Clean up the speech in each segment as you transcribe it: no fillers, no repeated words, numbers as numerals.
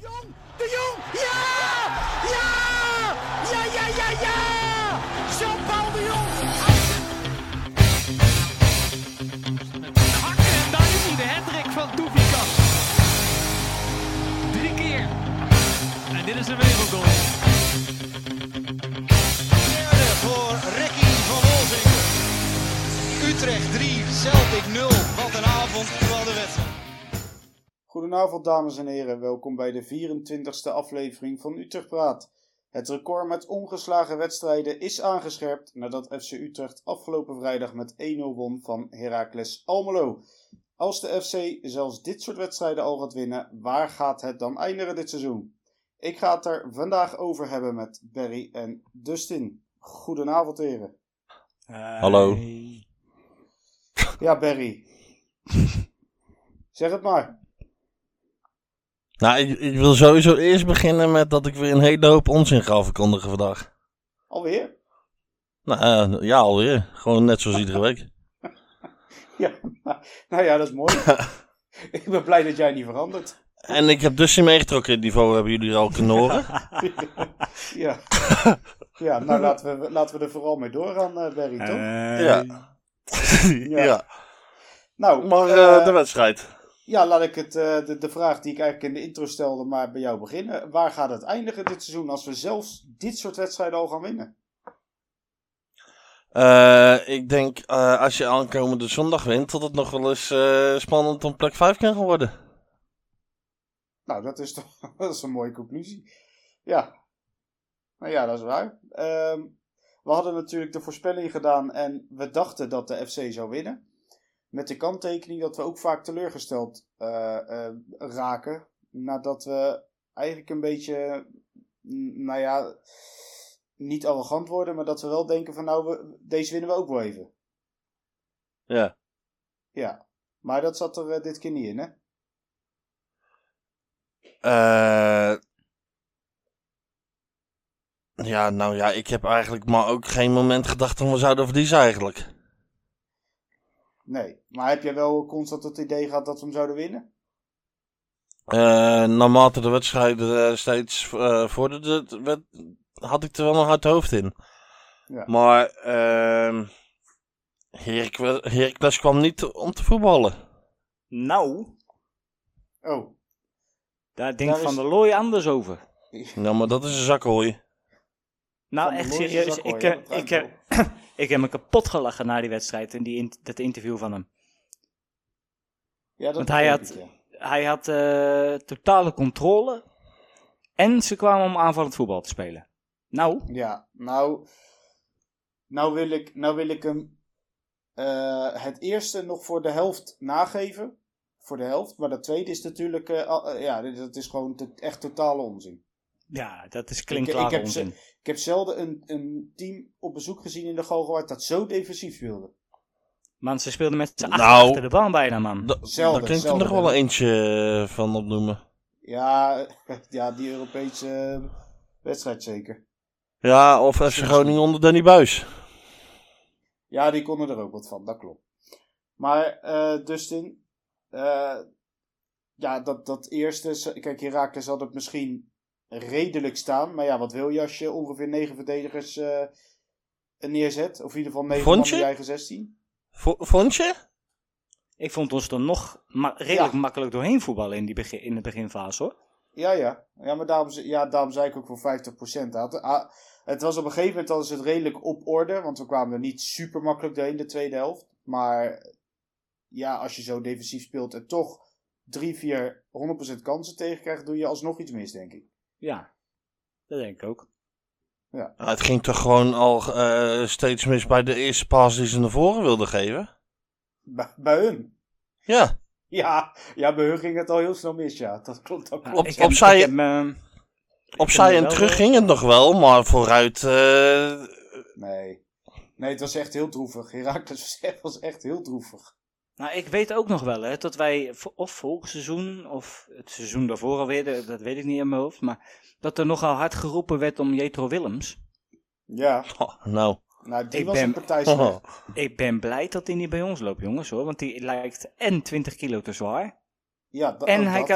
Jong! De Jong! Ja! Ja! Ja, ja, ja, ja! Jean-Paul de Jong! Hakken en daar is hij, de hattrick van Doefikas. 3 keer. En dit is een wereldgoal. Derde voor Ricky van Wolfswinkel. Utrecht 3, Celtic 0. Wat een avond, wat een wedstrijd. Goedenavond dames en heren, welkom bij de 24e aflevering van Utrecht Praat. Het record met ongeslagen wedstrijden is aangescherpt nadat FC Utrecht afgelopen vrijdag met 1-0 won van Heracles Almelo. Als de FC zelfs dit soort wedstrijden al gaat winnen, waar gaat het dan eindigen dit seizoen? Ik ga het er vandaag over hebben met Barry en Dustin. Goedenavond heren. Hallo. Ja Barry, zeg het maar. Nou, ik wil sowieso eerst beginnen met dat ik weer een hele hoop onzin ga verkondigen vandaag. Alweer? Nou, ja, alweer. Gewoon net zoals iedere week. Ja, nou ja, dat is mooi. Ik ben blij dat jij niet verandert. En ik heb dus meegetrokken in het niveau, hebben jullie al kunnen horen. Ja. Ja, nou laten we er vooral mee doorgaan, Barry, toch? Ja. Ja. Nou, Maar de wedstrijd. Ja, laat ik het, de vraag die ik eigenlijk in de intro stelde, maar bij jou beginnen. Waar gaat het eindigen dit seizoen als we zelfs dit soort wedstrijden al gaan winnen? Ik denk, als je aankomende zondag wint, dat het nog wel eens spannend om plek 5 kan gaan worden. Nou, dat is toch dat is een mooie conclusie. Ja. Nou ja, dat is waar. We hadden natuurlijk de voorspelling gedaan en we dachten dat de FC zou winnen. Met de kanttekening dat we ook vaak teleurgesteld raken. Nadat we eigenlijk een beetje, nou ja, niet arrogant worden. Maar dat we wel denken van nou, deze winnen we ook wel even. Ja. Ja, maar dat zat er dit keer niet in, hè? Ja, nou ja, ik heb eigenlijk maar ook geen moment gedacht dat we zouden verliezen eigenlijk. Nee, maar heb jij wel constant het idee gehad dat we hem zouden winnen? Naarmate de wedstrijden steeds vorderden, had ik er wel een hard hoofd in. Ja. Maar Heracles kwam niet om te voetballen. Nou, Oh. daar denkt Daar Van is- der Looy anders over. Nou, maar dat is een zakhooi. Nou, Van der echt Looy is een serieus. zakhooi, Ik, ja, heb, dat ruimt ik, heb, ik heb me kapot gelachen na die wedstrijd en dat interview van hem. Ja, dat Want hij begreep ik, ja. Hij had totale controle en ze kwamen om aanvallend voetbal te spelen. Nou, Ja, nou wil ik hem het eerste nog voor de helft nageven. Voor de helft. Maar dat tweede is natuurlijk, ja, dat is gewoon echt totale onzin. ja, dat is Ik klinkklare heb onzin. Ik heb zelden een team op bezoek gezien in de Galgenwaard dat zo defensief speelde. Man, ze speelden met z'n Nou, achter achter de bal bijna, man. Daar Zelden, kan ik er zelden, nog wel hè. eentje van opnoemen. Ja, ja, die Europese wedstrijd zeker. Ja, of FC Groningen onder Danny Buis. Ja, die konden er ook wat van, dat klopt. Maar Dustin, ja, dat eerste, kijk, Heracles had het misschien redelijk staan. Maar ja, wat wil je als je ongeveer 9 verdedigers neerzet? Of in ieder geval 9 man Vond in je? je eigen 16. Vond je? Ik vond ons er nog redelijk Ja. makkelijk doorheen voetballen in de beginfase, hoor. Ja. Ja, maar daarom zei ik ook voor 50%. Het was op een gegeven moment hadden ze het redelijk op orde. Want we kwamen er niet super makkelijk doorheen de tweede helft. Maar ja, als je zo defensief speelt en toch 3-4 100% kansen tegenkrijgt, doe je alsnog iets mis, denk ik. Ja, dat denk ik ook. Nou, het ging toch gewoon al steeds mis bij de eerste paas die ze naar voren wilden geven? Bij hun. Ja. Ja, bij hun ging het al heel snel mis, ja. Dat klopt. Ja, Op- ik heb- opzij- ik heb me- Opzij me en wel, terug ging het nog wel, maar vooruit... Nee, het was echt heel droevig. Heracles was echt heel droevig. Nou, ik weet ook nog wel, hè, dat wij, of vorig seizoen, of het seizoen daarvoor alweer, dat weet ik niet in mijn hoofd, maar dat er nogal hard geroepen werd om Jetro Willems. Ja, nou. die Ik was ben- een partij slecht. Ik ben blij dat hij niet bij ons loopt, jongens, hoor, want die lijkt en 20 kilo te zwaar, Ja, en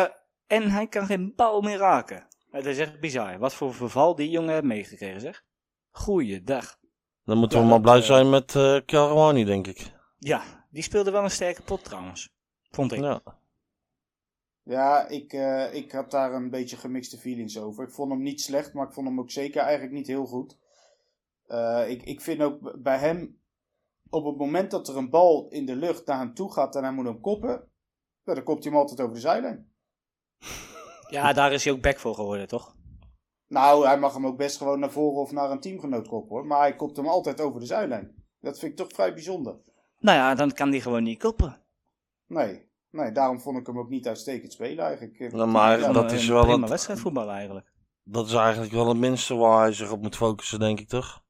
En hij kan geen bal meer raken. Het is echt bizar. Wat voor verval die jongen heeft meegekregen, zeg. Goeiedag. Dan moeten we maar blij zijn met Caruani, denk ik. Ja, die speelde wel een sterke pot trouwens. Vond ik. Ja. Ja, ik had daar een beetje gemixte feelings over. Ik vond hem niet slecht, maar ik vond hem ook zeker eigenlijk niet heel goed. Ik vind ook bij hem, op het moment dat er een bal in de lucht naar hem toe gaat en hij moet hem koppen, dan kopt hij hem altijd over de zijlijn. Ja, daar is hij ook back voor geworden, toch? Nou, hij mag hem ook best gewoon naar voren of naar een teamgenoot koppen hoor. Maar hij kopt hem altijd over de zijlijn. Dat vind ik toch vrij bijzonder. Nou ja, dan kan hij gewoon niet koppen. Nee, daarom vond ik hem ook niet uitstekend spelen eigenlijk. Nou, maar Ja, dat is een wel prima het, wedstrijd voetballen eigenlijk. dat is eigenlijk wel het minste waar hij zich op moet focussen, denk ik, toch?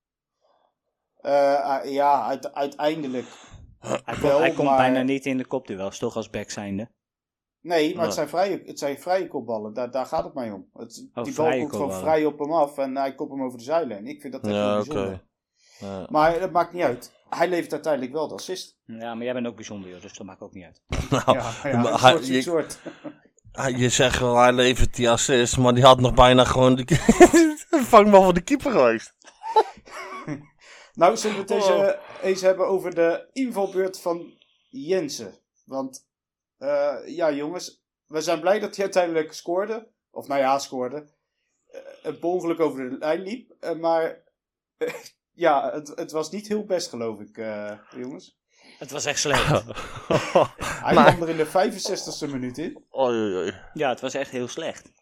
Ja, uiteindelijk Hij komt bijna niet in de kopduels, toch als back zijnde. Nee, maar Ja. het zijn vrije kopballen. Daar gaat het mij om. Die bal vrije komt gewoon kopballen. vrij op hem af en hij kopt hem over de zijlijn. Ik vind dat echt Ja, wel oké. bijzonder. Ja. Maar dat maakt niet uit. Hij levert uiteindelijk wel de assist. Ja, maar jij bent ook bijzonder, joh, dus dat maakt ook niet uit. Nou, Ja, maar een soort. je zegt wel, hij levert die assist, maar die had nog bijna gewoon de vangbal van de keeper geweest. Nou, zullen we het eens hebben over de invalbeurt van Jensen. Want, ja jongens, we zijn blij dat hij uiteindelijk scoorde. Of nou ja, scoorde. Een per ongeluk over de lijn liep. Maar, ja, het was niet heel best geloof ik, jongens. Het was echt slecht. Hij kwam er in de 65e minuut in. Oei, oei. Ja, het was echt heel slecht.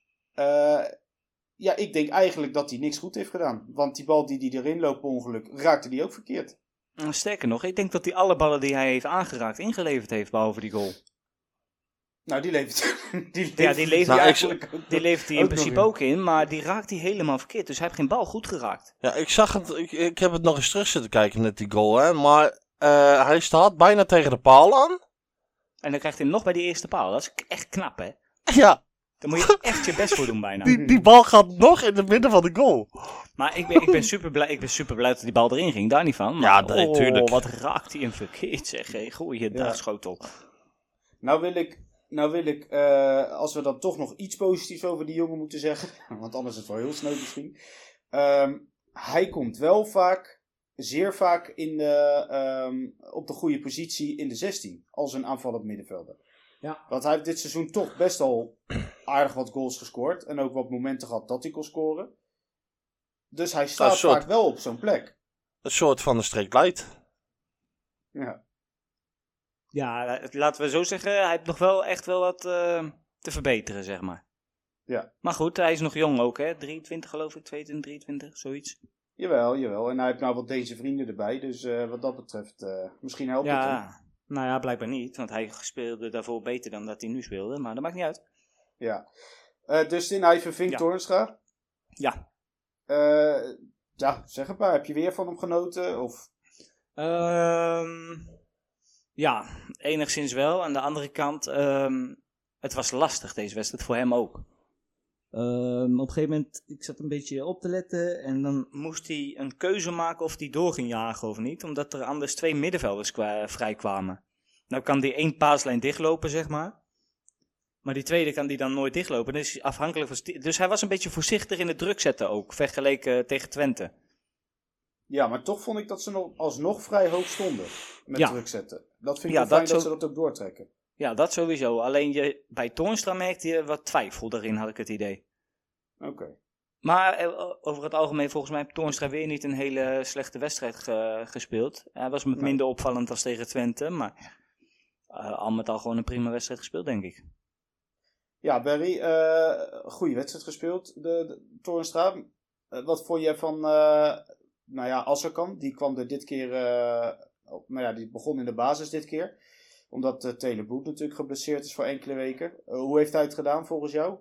Ja, ik denk eigenlijk dat hij niks goed heeft gedaan. Want die bal die hij erin loopt per ongeluk, raakte die ook verkeerd. Sterker nog, ik denk dat hij alle ballen die hij heeft aangeraakt ingeleverd heeft, behalve die goal. Nou, die levert Die hij levert Nou, eigenlijk ook Die nog- levert hij in ook nog principe ook in, maar die raakt hij helemaal verkeerd. Dus hij heeft geen bal goed geraakt. Ja, ik zag het, ik heb het nog eens terug zitten kijken, net die goal, hè. Maar hij staat bijna tegen de paal aan. En dan krijgt hij hem nog bij die eerste paal. Dat is echt knap, hè? Ja, Daar moet je echt je best voor doen bijna. die bal gaat nog in het midden van de goal. Maar ik ben super blij dat die bal erin ging. Daar niet van. Maar, Ja, nee, tuurlijk. wat raakt hij hem verkeerd, zeg. Hey, goeiedag, Ja. schotel. Nou wil ik, als we dan toch nog iets positiefs over die jongen moeten zeggen, want anders is het wel heel sneu misschien. Hij komt wel vaak, zeer vaak op de goede positie in de 16, als een aanvallend middenvelder. Ja. Want hij heeft dit seizoen toch best al aardig wat goals gescoord en ook wat momenten gehad dat hij kon scoren. Dus hij staat Een soort- vaak wel op zo'n plek. Een soort van de streek leidt. Ja. Ja, laten we zo zeggen, hij heeft nog wel echt wel wat te verbeteren, zeg maar. Ja. Maar goed, hij is nog jong ook, hè? 23 geloof ik, 22, 23, zoiets. Jawel. En hij heeft nou wat deze vrienden erbij, dus wat dat betreft, misschien helpt het hem. Ja, nou ja, blijkbaar niet, want hij speelde daarvoor beter dan dat hij nu speelde, maar dat maakt niet uit. Ja. Dustin, hij vervinkt Ja. Toornstra. Ja. Ja, zeg het maar. Heb je weer van hem genoten? Of... Ja, enigszins wel. Aan de andere kant, het was lastig deze wedstrijd, voor hem ook. Op een gegeven moment, ik zat een beetje op te letten en dan moest hij een keuze maken of hij door ging jagen of niet, omdat er anders 2 middenvelders vrij kwamen. Nou kan die 1 paaslijn dichtlopen, zeg maar. Maar die tweede kan die dan nooit dichtlopen. Dus, afhankelijk van dus hij was een beetje voorzichtig in het druk zetten ook, vergeleken tegen Twente. Ja, maar toch vond ik dat ze nog alsnog vrij hoog stonden met Ja. druk zetten. Dat vind ik Ja, wel fijn dat dat zo- ze dat ook doortrekken. Ja, dat sowieso. Alleen bij Toornstra merkte je wat twijfel erin, had ik het idee. Oké. Maar over het algemeen, volgens mij heeft Toornstra weer niet een hele slechte wedstrijd gespeeld. Hij was Nee. minder opvallend als tegen Twente, maar al met al gewoon een prima wedstrijd gespeeld, denk ik. Ja, Barry, goede wedstrijd gespeeld, de Toornstra. Wat vond je van, nou ja, Asserkan? Die kwam er dit keer, nou ja, die begon in de basis dit keer. Omdat Taylor Boet natuurlijk geblesseerd is voor enkele weken. Hoe heeft hij het gedaan volgens jou?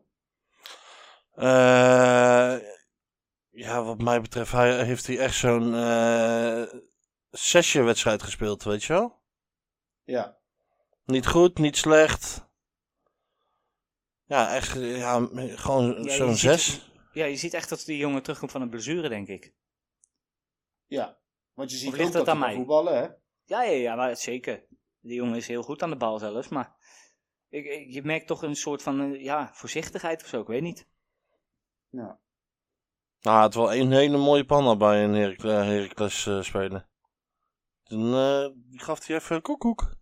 Ja, wat mij betreft heeft hij echt zo'n sessie-wedstrijd gespeeld, weet je wel? Ja. Niet goed, niet slecht. Ja, echt, ja, gewoon Ja, zo'n je 6. Ja, je ziet echt dat die jongen terugkomt van een blessure, denk ik. Ja. Want je ziet Of ligt ook dat dat aan hij kan mij? voetballen, hè? Ja, maar zeker. Die jongen is heel goed aan de bal zelfs, maar Je merkt toch een soort van voorzichtigheid of zo, ik weet niet. Ja. Nou, het wel een hele mooie panna bij een Heracles spelen. Toen gaf hij even koekoek.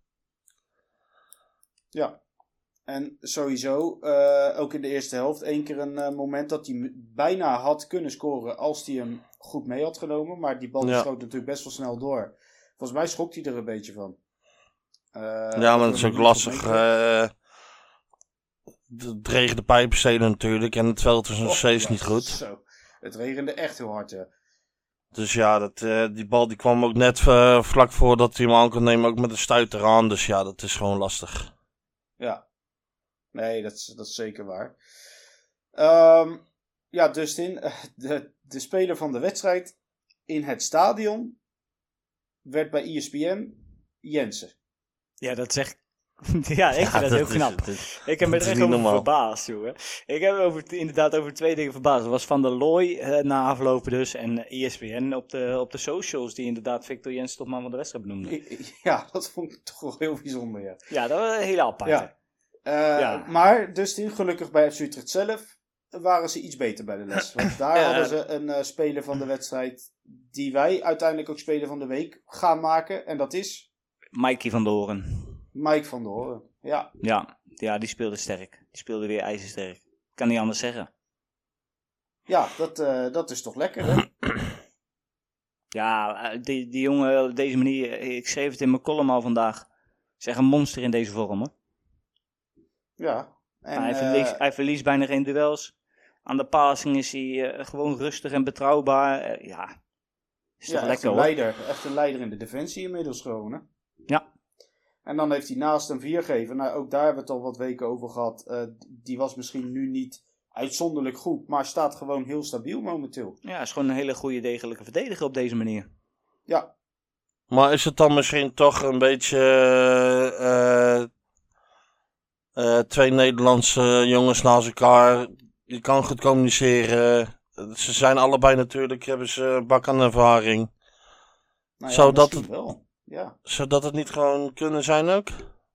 Ja. En sowieso, ook in de eerste helft, 1 keer een moment dat hij bijna had kunnen scoren als hij hem goed mee had genomen. Maar die bal schoot natuurlijk best wel snel door. Volgens mij schrok hij er een beetje van. Ja, maar het is ook lastig. Het regende pijpenstelen natuurlijk en het veld is nog steeds niet goed. Zo. Het regende echt heel hard, ja. Dus ja, die bal die kwam ook net vlak voordat hij hem aan kon nemen, ook met een stuit eraan. Dus ja, dat is gewoon lastig. Ja. Nee, dat is zeker waar. Ja, Dustin, de speler van de wedstrijd in het stadion werd bij ESPN Jensen. Ja, dat zeg ja, ik vind dat heel knap. Ik heb me er echt over verbaasd, jongen. Ik heb me inderdaad over 2 dingen verbaasd. Dat was Van der Looy na aflopen dus. En ESPN op de socials die inderdaad Victor Jensen tot man van de wedstrijd benoemde. Ja, dat vond ik toch wel heel bijzonder, ja. Ja, dat was een hele aparte. Ja. Maar Dustin, gelukkig bij FC Utrecht zelf waren ze iets beter bij de les. Want daar hadden ze een speler van de wedstrijd die wij uiteindelijk ook speler van de week gaan maken. En dat is... Mikey van der Hoorn. Mike van der Hoorn, ja. Ja, die speelde sterk. Die speelde weer ijzersterk. Kan niet anders zeggen. Ja, dat is toch lekker, hè? Ja, die jongen op deze manier, ik schreef het in mijn column al vandaag. Zeg een monster in deze vorm, hoor. Ja. En, hij verliest bijna geen duels. Aan de passing is hij gewoon rustig en betrouwbaar. Ja, is toch lekker, hoor. Echt een leider in de defensie inmiddels gewoon, hè? Ja. En dan heeft hij naast een viergever, nou ook daar hebben we het al wat weken over gehad. Die was misschien nu niet uitzonderlijk goed, maar staat gewoon heel stabiel momenteel. Ja, is gewoon een hele goede degelijke verdediger op deze manier. Ja. Maar is het dan misschien toch een beetje 2 Nederlandse jongens naast elkaar? Je kan goed communiceren. Ze zijn allebei natuurlijk, hebben ze een bak aan ervaring. Nou ja, misschien wel. Ja. Zodat het niet gewoon kunnen zijn ook?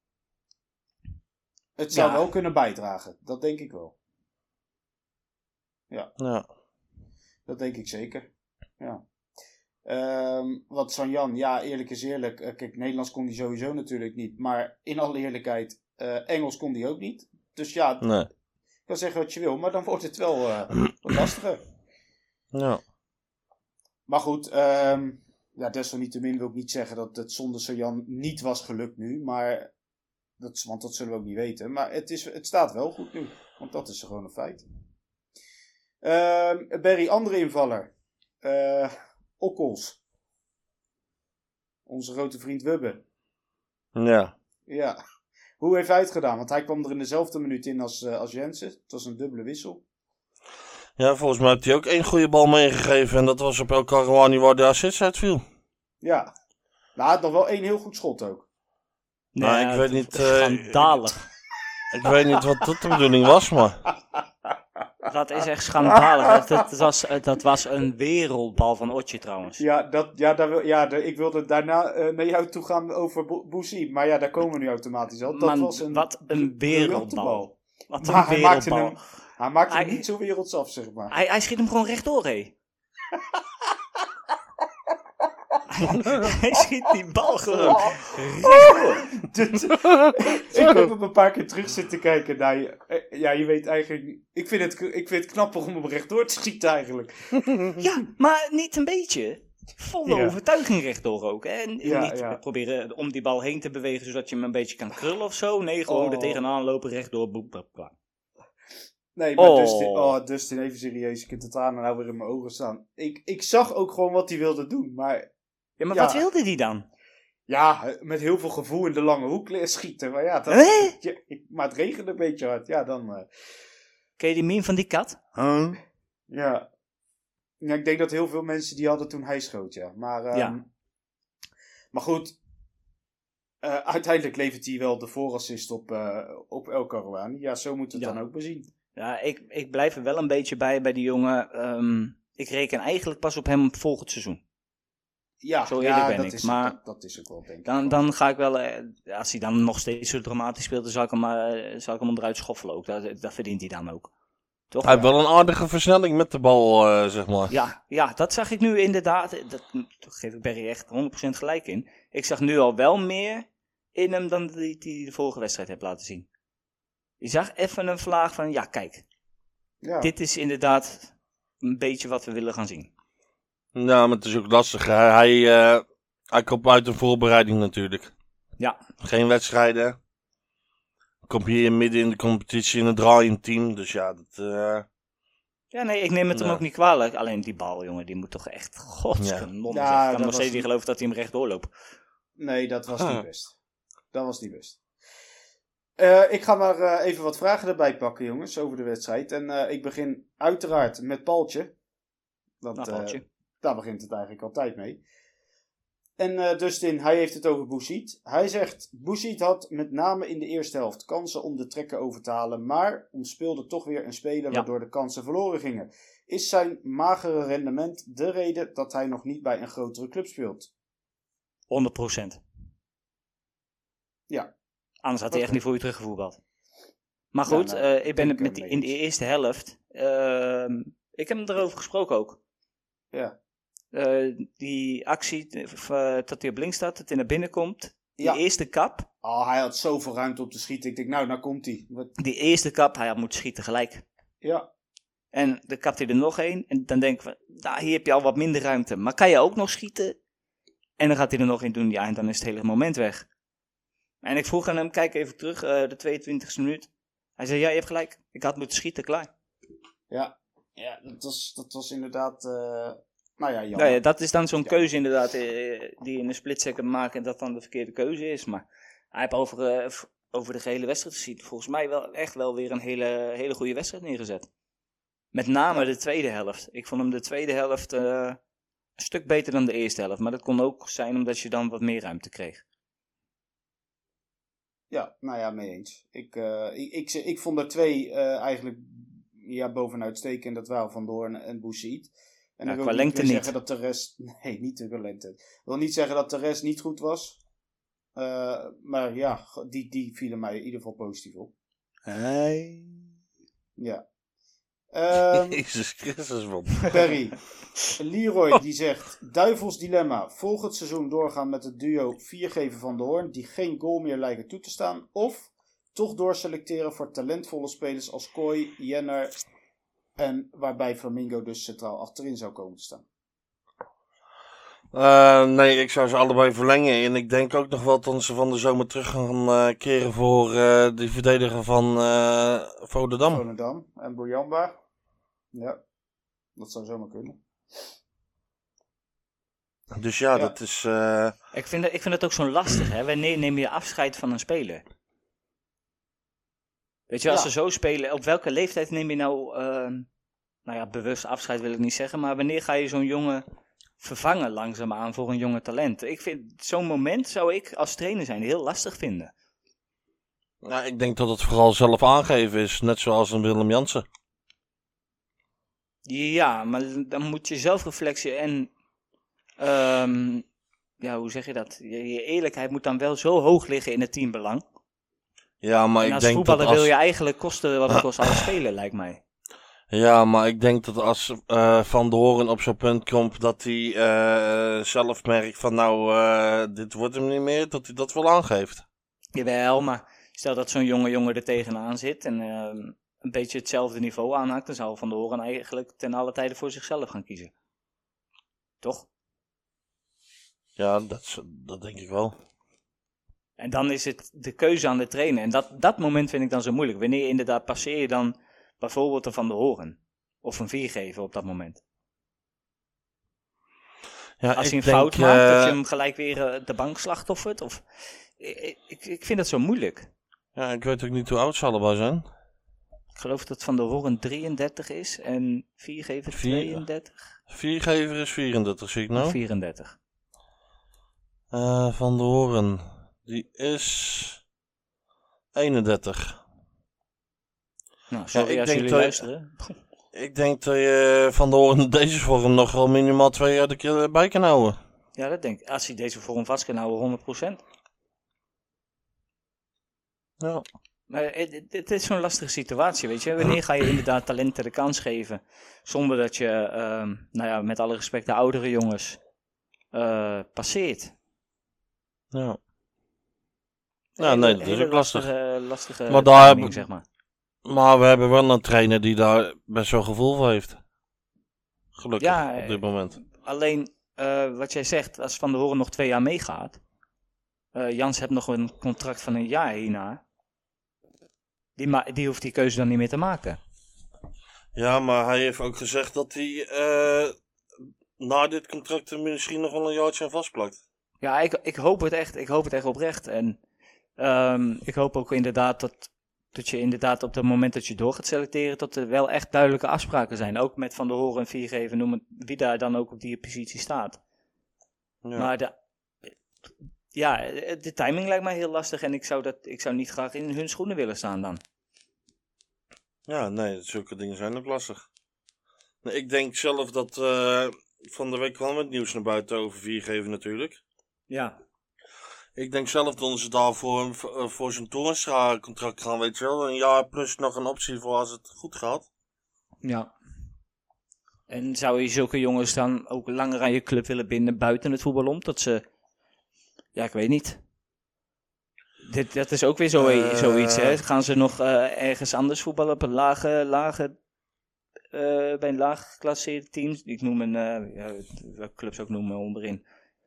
Het zou wel kunnen bijdragen. Dat denk ik wel. Ja. Dat denk ik zeker. Ja. Wat Sanjan, ja, eerlijk is eerlijk. Kijk, Nederlands kon hij sowieso natuurlijk niet. Maar in alle eerlijkheid, Engels kon hij ook niet. Dus ja, je kan zeggen wat je wil. Maar dan wordt het wel wat lastiger. Ja. Maar goed, ja, desalniettemin wil ik niet zeggen dat het zonder Sanjan niet was gelukt nu. Maar want dat zullen we ook niet weten. Maar het staat wel goed nu. Want dat is gewoon een feit. Barry, andere invaller. Okkels. Onze grote vriend Wubbe. Ja. Ja. Hoe heeft hij het gedaan? Want hij kwam er in dezelfde minuut in als Jensen. Het was een dubbele wissel. Ja, volgens mij heeft hij ook 1 goede bal meegegeven. En dat was op El Karouani waar de assist uitviel. Ja. Nou, hij had nog wel 1 heel goed schot ook. Nee, nou, ik weet niet... Schandalig. Ik weet niet wat dat de bedoeling was, maar... Dat is echt schandalig. Dat was een wereldbal van Otje trouwens. Ik wilde daarna naar jou toe gaan over Boussy. Maar ja, daar komen we nu automatisch al. Wat een wereldbal. Wat een wereldbal. Hij maakte hem niet zo werelds af, zeg maar. Hij schiet hem gewoon rechtdoor, hé. Hij schiet die bal gewoon rechtdoor. Ik heb hem een paar keer terug zitten kijken naar je. Ja, je weet eigenlijk... Ik vind het knapper om hem rechtdoor te schieten eigenlijk. Ja, maar niet een beetje. Volle overtuiging rechtdoor ook. Hè? En niet proberen om die bal heen te bewegen zodat je hem een beetje kan krullen of zo. Nee, gewoon er tegenaan lopen, rechtdoor, boep, klaar. Nee, maar Dustin, even serieus. Ik heb de tranen nou weer in mijn ogen staan. Ik zag ook gewoon wat hij wilde doen, maar... Ja, maar wat wilde hij dan? Ja, met heel veel gevoel in de lange hoek schieten. Maar ja, maar het regende een beetje hard. Ja, dan... Ken je die meme van die kat? Ja. Ja, ik denk dat heel veel mensen die hadden toen hij schoot, ja. Maar, maar goed... uiteindelijk levert hij wel de voorassist op El Karouani. Ja, zo moet het dan ook bezien. Ja, ik blijf er wel een beetje bij die jongen. Ik reken eigenlijk pas op hem volgend seizoen. Ja, Zo eerlijk ben dat ik. Is, Maar dat is ook wel, denk ik. dan ga ik wel, als hij dan nog steeds zo dramatisch speelt, dan zal ik hem onderuit schoffelen ook. Dat verdient hij dan ook. Toch? Hij heeft wel een aardige versnelling met de bal, zeg maar. Ja, dat zag ik nu inderdaad. Dat geef ik Barry echt 100% gelijk in. Ik zag nu al wel meer in hem dan die de vorige wedstrijd heeft laten zien. Je zag even een vlaag van, ja kijk, dit is inderdaad een beetje wat we willen gaan zien. Nou, maar het is ook lastig. Hij komt uit een voorbereiding natuurlijk. Ja. Geen wedstrijden. Komt hier midden in de competitie in een draaiend team. Dus ja, dat... Ja, nee, ik neem het hem ook niet kwalijk. Alleen die bal, jongen, die moet toch echt... Godskanon. Ik kan nog steeds niet geloven dat hij hem recht doorloopt. Nee, dat was niet best. Dat was niet best. Ik ga maar even wat vragen erbij pakken, jongens, over de wedstrijd. En ik begin uiteraard met Paultje. Want Paultje. daar begint het eigenlijk altijd mee. En Dustin, hij heeft het over Boussaïd. Hij zegt, Boussaïd had met name in de eerste helft kansen om de trekker over te halen, maar ontspeelde toch weer een speler waardoor de kansen verloren gingen. Is zijn magere rendement de reden dat hij nog niet bij een grotere club speelt? 100%. Ja. Anders had hij echt niet voor je teruggevoetbald. Maar goed, ik ben het met in de eerste helft. Ik heb hem erover gesproken ook. Ja. Die actie dat hij op links staat, dat hij naar binnen komt. Die Ja. eerste kap. Oh, hij had zoveel ruimte om te schieten. Ik denk, nou komt hij. Die eerste kap, hij had moeten schieten gelijk. Ja. En dan kapt hij er nog één. En dan denken we, nou, hier heb je al wat minder ruimte. Maar kan je ook nog schieten? En dan gaat hij er nog in doen. Ja, en dan is het hele moment weg. En ik vroeg aan hem, kijk even terug, de 22e minuut. Hij zei, ja, je hebt gelijk. Ik had moeten schieten, klaar. Ja, dat was inderdaad... nou ja, jammer. Ja, dat is dan zo'n keuze inderdaad, die in een split-second maakt en dat dan de verkeerde keuze is. Maar hij heeft over de gehele wedstrijd gezien, volgens mij wel echt wel weer een hele goede wedstrijd neergezet. Met name de tweede helft. Ik vond hem de tweede helft een stuk beter dan de eerste helft. Maar dat kon ook zijn omdat je dan wat meer ruimte kreeg. Ja, nou ja, mee eens. Ik vond er twee eigenlijk bovenuit steken. En dat waren Van Doorn en Boussaïd. En ik wil niet zeggen dat de rest... Nee, niet de lengte. Ik wil niet zeggen dat de rest niet goed was. Maar ja, die vielen mij in ieder geval positief op. Ja. Jezus Christus, man. Barry. Leroy die zegt... Duivels dilemma. Volgend seizoen doorgaan met het duo 4 geven Van de Hoorn... die geen goal meer lijken toe te staan. Of toch doorselecteren voor talentvolle spelers als Kooi, Jenner... en waarbij Flamingo dus centraal achterin zou komen te staan. Nee, ik zou ze allebei verlengen. En ik denk ook nog wel dat ze van de zomer terug gaan keren voor de verdediger van Volendam. Volendam en Boujamba. Ja, dat zou zomaar kunnen. Dus ja, dat is... Ik vind het ook zo lastig, hè. Wanneer neem je afscheid van een speler? Weet je, als ze zo spelen, op welke leeftijd neem je nou bewust afscheid wil ik niet zeggen, maar wanneer ga je zo'n jongen vervangen langzaamaan voor een jonge talent? Ik vind, zo'n moment zou ik als trainer zijn heel lastig vinden. Nou, ik denk dat het vooral zelf aangeven is, net zoals een Willem Jansen. Ja, maar dan moet je zelfreflectie en, hoe zeg je dat? Je eerlijkheid moet dan wel zo hoog liggen in het teambelang. Ja, maar en als voetballer wil je eigenlijk kosten wat het kost alle spelen, lijkt mij. Ja, maar ik denk dat als Van der Hoorn op zo'n punt komt dat hij zelf merkt van dit wordt hem niet meer, dat hij dat wel aangeeft. Jawel, maar stel dat zo'n jonge jongen er tegenaan zit en een beetje hetzelfde niveau aanhaakt, dan zou Van der Hoorn eigenlijk ten alle tijde voor zichzelf gaan kiezen. Toch? Ja, dat denk ik wel. En dan is het de keuze aan de trainer. En dat moment vind ik dan zo moeilijk. Wanneer inderdaad passeer je dan bijvoorbeeld een Van der Hoorn? Of een 4 geven op dat moment? Ja, als hij een fout maakt, dat je hem gelijk weer de bank slachtoffert? Of... Ik vind dat zo moeilijk. Ja, ik weet ook niet hoe oud ze allebei zijn. Ik geloof dat Van der Hoorn 33 is en 4gever 32. 4gever is 34, zie ik nou. 34. Van der Hoorn, die is 31. Nou, sorry als jullie luisteren. Ik denk dat je Van der Hoorn deze vorm nog wel minimaal 2 jaar erbij kan houden. Ja, dat denk ik. Als hij deze vorm vast kan houden, 100%. Ja. Maar het is zo'n lastige situatie, weet je. Wanneer ga je inderdaad talenten de kans geven? Zonder dat je, met alle respect, de oudere jongens passeert. Ja. Ja, nee, dat is ook lastig. Lastige Maar daar timing, zeg maar. Maar we hebben wel een trainer die daar best wel gevoel voor heeft. Gelukkig, Ja, op dit moment. Alleen, wat jij zegt, als Van der Hoorn nog 2 jaar meegaat. Jans heeft nog een contract van 1 jaar hierna. Die hoeft die keuze dan niet meer te maken. Ja, maar hij heeft ook gezegd dat hij na dit contract er misschien nog wel een jaartje aan vastplakt. Ja, ik hoop het echt. Ik hoop het echt oprecht. En ik hoop ook inderdaad dat je inderdaad op het moment dat je door gaat selecteren, dat er wel echt duidelijke afspraken zijn. Ook met Van der Hoorn en Viergever, noem het, wie daar dan ook op die positie staat. Ja. Maar de timing lijkt mij heel lastig en ik zou niet graag in hun schoenen willen staan dan. Ja, nee, zulke dingen zijn ook lastig. Nee, ik denk zelf dat van de week kwam het nieuws naar buiten over Viergever natuurlijk. Ja. Ik denk zelf dat ze daar voor zijn Toornstra contract gaan, weet je wel. 1 jaar plus nog een optie voor als het goed gaat. Ja. En zou je zulke jongens dan ook langer aan je club willen binden buiten het voetbal om? Dat ze... Ja, ik weet niet. Dat is ook weer zoiets, hè? Gaan ze nog ergens anders voetballen op een bij een laag geclasseerde teams? Ik noem welke clubs ook noemen onderin.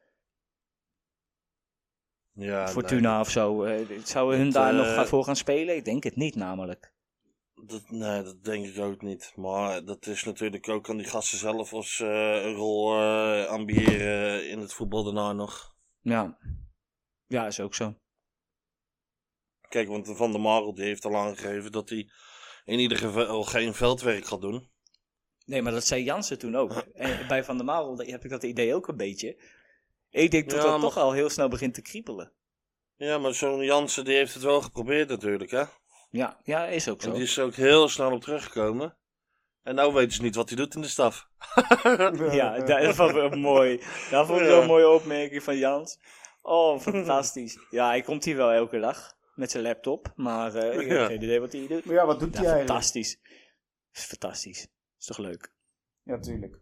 Ja, Fortuna nee. of zo. Zouden hun daar nog voor gaan spelen? Ik denk het niet namelijk. Dat denk ik ook niet. Maar dat is natuurlijk ook aan die gasten zelf als een rol ambiëren in het voetbal daarna nog. Ja. Ja, is ook zo. Kijk, want Van der Marel die heeft al aangegeven dat hij in ieder geval geen veldwerk gaat doen. Nee, maar dat zei Jansen toen ook. En bij Van der Marel heb ik dat idee ook een beetje. Ik denk dat dat toch al heel snel begint te kriebelen. Ja, maar zo'n Jansen die heeft het wel geprobeerd natuurlijk, hè. Ja, is ook zo. En die is er ook heel snel op teruggekomen. En nou weten ze niet wat hij doet in de staf. Ja, dat vond ik mooi. Dat vond ik wel een mooie opmerking van Jans. Oh, fantastisch. Ja, hij komt hier wel elke dag met zijn laptop. Maar ik heb geen idee wat hij doet. Maar ja, wat doet hij eigenlijk? Fantastisch. Is fantastisch. Is toch leuk? Ja, tuurlijk.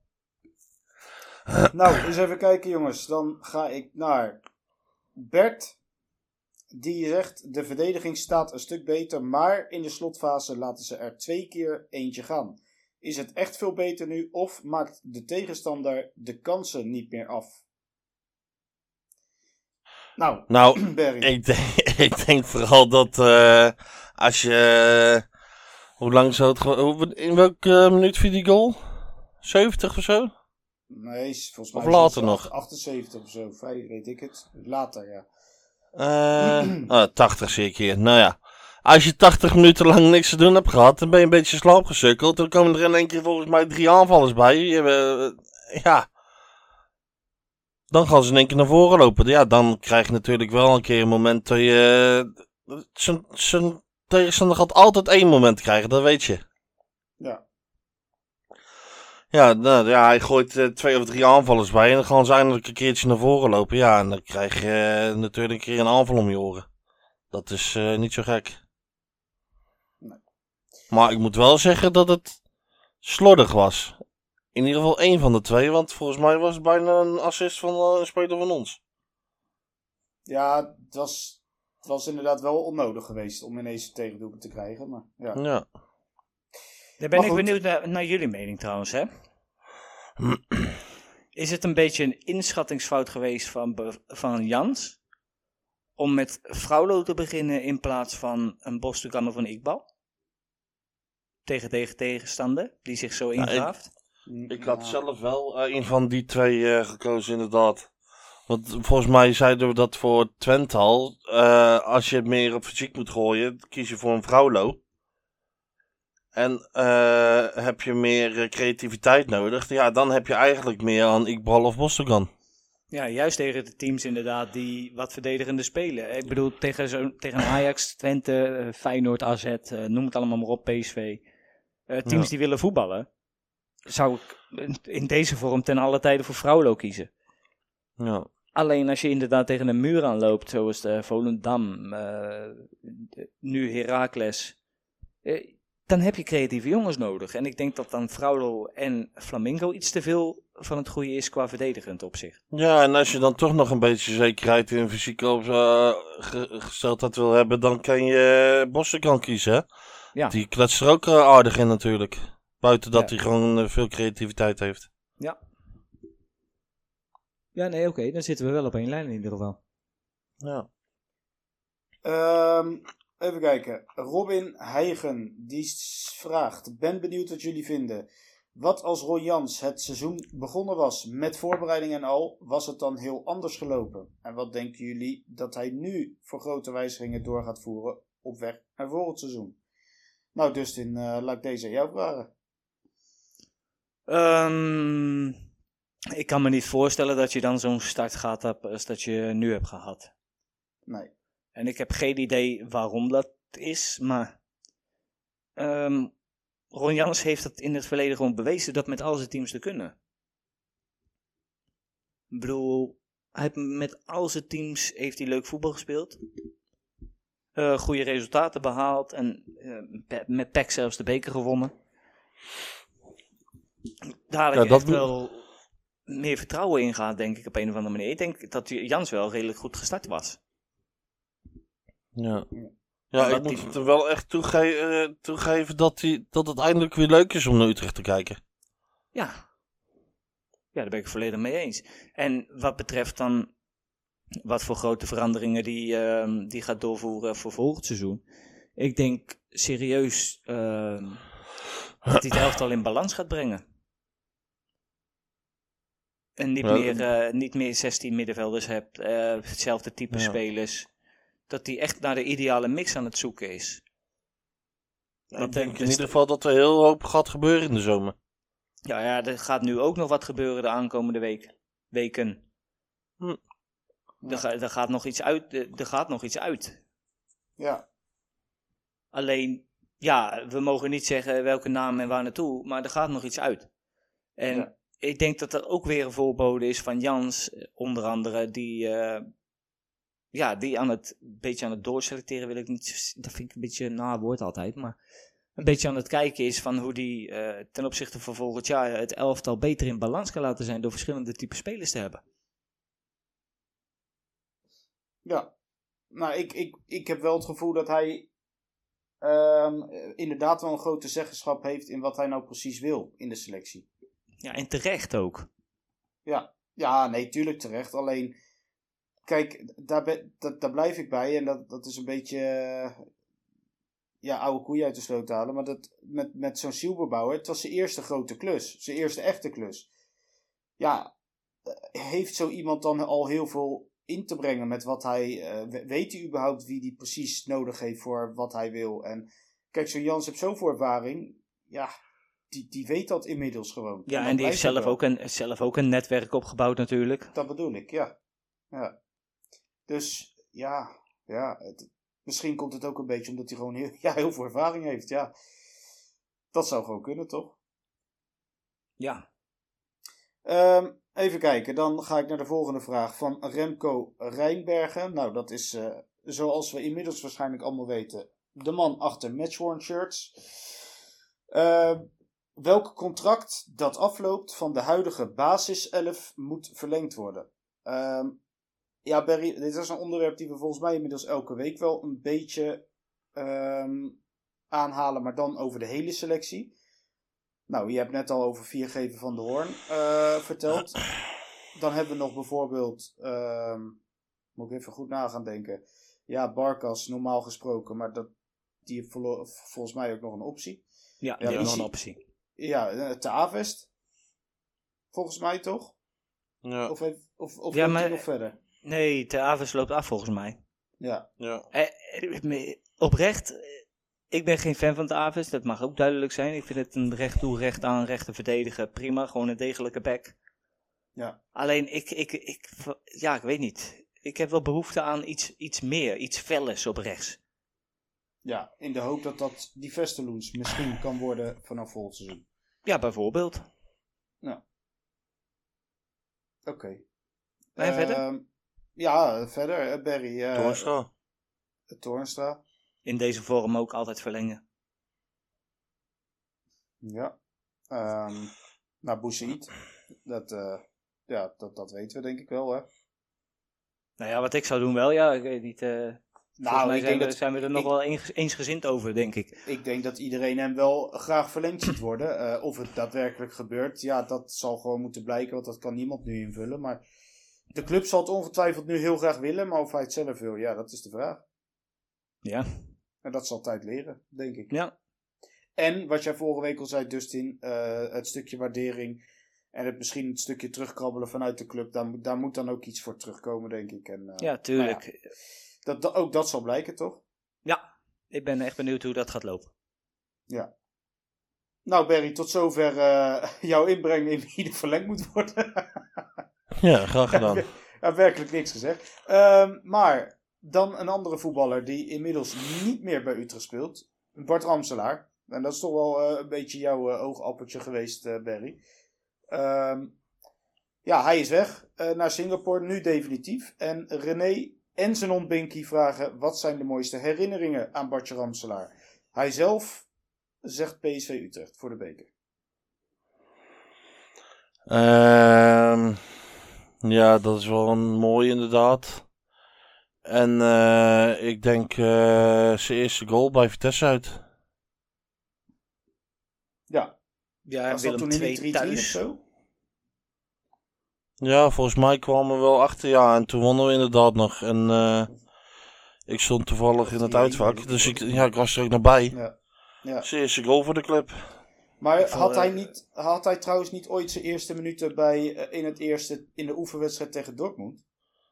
Nou, eens even kijken jongens. Dan ga ik naar Bert. Die zegt, de verdediging staat een stuk beter, maar in de slotfase laten ze er 2 keer eentje gaan. Is het echt veel beter nu of maakt de tegenstander de kansen niet meer af? Nou, Barry. ik denk vooral dat als je... hoe lang zou het... in welke minuut viel die goal? 70 of zo? Nee, volgens mij of later nog? 78 of zo, weet ik het. Later, ja. 80 zie ik hier. Nou ja, als je 80 minuten lang niks te doen hebt gehad, dan ben je een beetje slaapgesukkeld. Dan komen er in één keer volgens mij 3 aanvallers bij. Ja. Dan gaan ze in één keer naar voren lopen. Ja, dan krijg je natuurlijk wel een keer een moment dat je... Zijn tegenstander gaat altijd 1 moment krijgen, dat weet je. Ja. Ja, hij gooit 2 of 3 aanvallers bij en dan gaan ze eindelijk een keertje naar voren lopen. Ja, en dan krijg je natuurlijk een keer een aanval om je oren. Dat is niet zo gek. Nee. Maar ik moet wel zeggen dat het slordig was. In ieder geval 1 van de 2, want volgens mij was het bijna een assist van een speler van ons. Ja, het was inderdaad wel onnodig geweest om ineens tegendoelpunt te krijgen. Maar ja. Ja. Daar ben ik benieuwd naar jullie mening trouwens, hè? Is het een beetje een inschattingsfout geweest van Jans om met Fraulo te beginnen in plaats van een Bostogan of een Iqbal? Tegen tegenstander die zich zo ingraaft? Ik had zelf wel een van die 2 gekozen inderdaad. Want volgens mij zeiden we dat voor Twente al. Als je het meer op fysiek moet gooien, kies je voor een Fraulo. En heb je meer creativiteit nodig, ja, dan heb je eigenlijk meer aan Iqbal of Bostogan. Ja, juist tegen de teams inderdaad die wat verdedigende spelen. Ik bedoel, tegen Ajax, Twente, Feyenoord, AZ, noem het allemaal maar op, PSV. Teams die willen voetballen, zou ik in deze vorm ten alle tijde voor Fraulo kiezen. Ja. Alleen als je inderdaad tegen een muur aanloopt, zoals de Volendam, nu Heracles, dan heb je creatieve jongens nodig. En ik denk dat dan Fraudel en Flamingo iets te veel van het goede is qua verdedigend opzicht. Ja, en als je dan toch nog een beetje zekerheid in fysieke gesteldheid wil hebben, dan kan je Bossenkamp kiezen, hè? Ja. Die kletst er ook aardig in natuurlijk. Buiten dat Ja. hij gewoon veel creativiteit heeft. Ja. Ja, nee, oké. Dan zitten we wel op één lijn in ieder geval. Ja. Even kijken. Robin Heigen, die vraagt. Ben benieuwd wat jullie vinden. Wat als Ron Jans het seizoen begonnen was met voorbereiding en al, was het dan heel anders gelopen? En wat denken jullie dat hij nu voor grote wijzigingen door gaat voeren op weg naar volgend seizoen? Nou Dustin, laat ik deze aan jou vragen. Ik kan me niet voorstellen dat je dan zo'n start gaat als dat je nu hebt gehad. Nee. En ik heb geen idee waarom dat is, maar Ron Jans heeft het in het verleden gewoon bewezen dat met al zijn teams te kunnen. Ik bedoel, met al zijn teams heeft hij leuk voetbal gespeeld. Goede resultaten behaald en met PEC zelfs de beker gewonnen. Daar had ik echt wel meer vertrouwen in gehad, denk ik, op een of andere manier. Ik denk dat Jans wel redelijk goed gestart was. Ja, ik moet het er wel echt toegeven dat het eindelijk weer leuk is om naar Utrecht te kijken. Ja, daar ben ik volledig mee eens. En wat betreft dan wat voor grote veranderingen die gaat doorvoeren voor volgend seizoen. Ik denk serieus dat hij het elftal in balans gaat brengen. En niet meer 16 middenvelders hebt, hetzelfde type spelers. Dat hij echt naar de ideale mix aan het zoeken is. Ik denk in ieder geval dat er heel hoop gaat gebeuren in de zomer. Ja, er gaat nu ook nog wat gebeuren de aankomende weken. Er gaat nog iets uit. Ja. Alleen, ja, we mogen niet zeggen welke naam en waar naartoe, maar er gaat nog iets uit. En ik denk dat er ook weer een voorbode is van Jans, onder andere, die beetje aan het doorselecteren wil ik niet, dat vind ik een beetje een naar woord altijd, maar een beetje aan het kijken is van hoe die ten opzichte van volgend jaar het elftal beter in balans kan laten zijn door verschillende type spelers te hebben. Ja, nou ik heb wel het gevoel dat hij inderdaad wel een grote zeggenschap heeft in wat hij nou precies wil in de selectie. Ja, en terecht ook. Ja, nee, tuurlijk terecht. Alleen, kijk, daar blijf ik bij. En dat is een beetje oude koeien uit de sloot halen. Maar dat met zo'n Silberbauer, het was zijn eerste grote klus. Zijn eerste echte klus. Ja, heeft zo iemand dan al heel veel in te brengen met wat hij... weet hij überhaupt wie die precies nodig heeft voor wat hij wil? En kijk, zo'n Jans heeft zoveel ervaring. Ja, die weet dat inmiddels gewoon. Ja, en die heeft zelf ook een netwerk opgebouwd natuurlijk. Dat bedoel ik, ja. Dus, misschien komt het ook een beetje omdat hij gewoon heel veel ervaring heeft, ja. Dat zou gewoon kunnen, toch? Ja. Even kijken, dan ga ik naar de volgende vraag van Remco Rijnbergen. Nou, dat is, zoals we inmiddels waarschijnlijk allemaal weten, de man achter Matchworn Shirts. Welk contract dat afloopt van de huidige basiself moet verlengd worden? Ja, Barry, dit is een onderwerp die we volgens mij inmiddels elke week wel een beetje aanhalen, maar dan over de hele selectie. Nou, je hebt net al over 4 van de Hoorn verteld. Dan hebben we nog bijvoorbeeld, moet ik even goed na gaan denken. Ja, Barkas normaal gesproken, maar die heeft volgens mij ook nog een optie. Ja, die heeft nog een optie. Ja, Te Avest. Volgens mij toch? Ja. Of loopt maar hij nog verder? Nee, Te Avest loopt af volgens mij. Ja. Oprecht, ik ben geen fan van Te Avest, dat mag ook duidelijk zijn. Ik vind het een recht toe, recht aan, recht te verdedigen. Prima, gewoon een degelijke back. Ja. Alleen, ik weet niet. Ik heb wel behoefte aan iets meer, iets fellers op rechts. Ja, in de hoop dat die Vesterloens misschien kan worden vanaf volgend seizoen. Ja, bijvoorbeeld. Ja. Oké. En verder? Ja, verder. Barry. Toornstra. Toornstra. In deze vorm ook altijd verlengen. Ja. Boussaïd. Dat weten we denk ik wel, hè. Nou ja, wat ik zou doen wel, ja. Ik weet niet. Volgens mij zijn we er nog wel eensgezind over, denk ik. Ik denk dat iedereen hem wel graag verlengd ziet worden. Of het daadwerkelijk gebeurt, ja, dat zal gewoon moeten blijken, want dat kan niemand nu invullen. Maar de club zal het ongetwijfeld nu heel graag willen, maar of hij het zelf wil, ja, dat is de vraag. Ja. En dat zal tijd leren, denk ik. Ja. En wat jij vorige week al zei, Dustin, het stukje waardering en misschien het stukje terugkrabbelen vanuit de club, daar moet dan ook iets voor terugkomen, denk ik. En, ja, tuurlijk. Nou ja, ook dat zal blijken, toch? Ja, ik ben echt benieuwd hoe dat gaat lopen. Ja. Nou, Barry, tot zover jouw inbreng in wie er verlengd moet worden. Ja, graag gedaan. Ja, werkelijk niks gezegd. Maar dan een andere voetballer die inmiddels niet meer bij Utrecht speelt. Bart Ramselaar. En dat is toch wel een beetje jouw oogappeltje geweest, Barry. Ja, hij is weg naar Singapore, nu definitief. En René en zijn hond Binky vragen: wat zijn de mooiste herinneringen aan Bartje Ramselaar? Hij zelf zegt PSV Utrecht voor de beker. Ja, dat is wel een mooi inderdaad. En ik denk zijn eerste goal bij Vitesse uit. Ja. Ja, Was dat Willem toen in 2 die 3-3 of thuis. zo? Ja, volgens mij kwamen we wel achter, ja. En toen wonnen we inderdaad nog. En ik stond toevallig in het uitvak. Dus ik was er ook naar bij. Ja. Ja. Zijn eerste goal voor de club. Maar had hij trouwens niet ooit zijn eerste minuten in de oefenwedstrijd tegen Dortmund?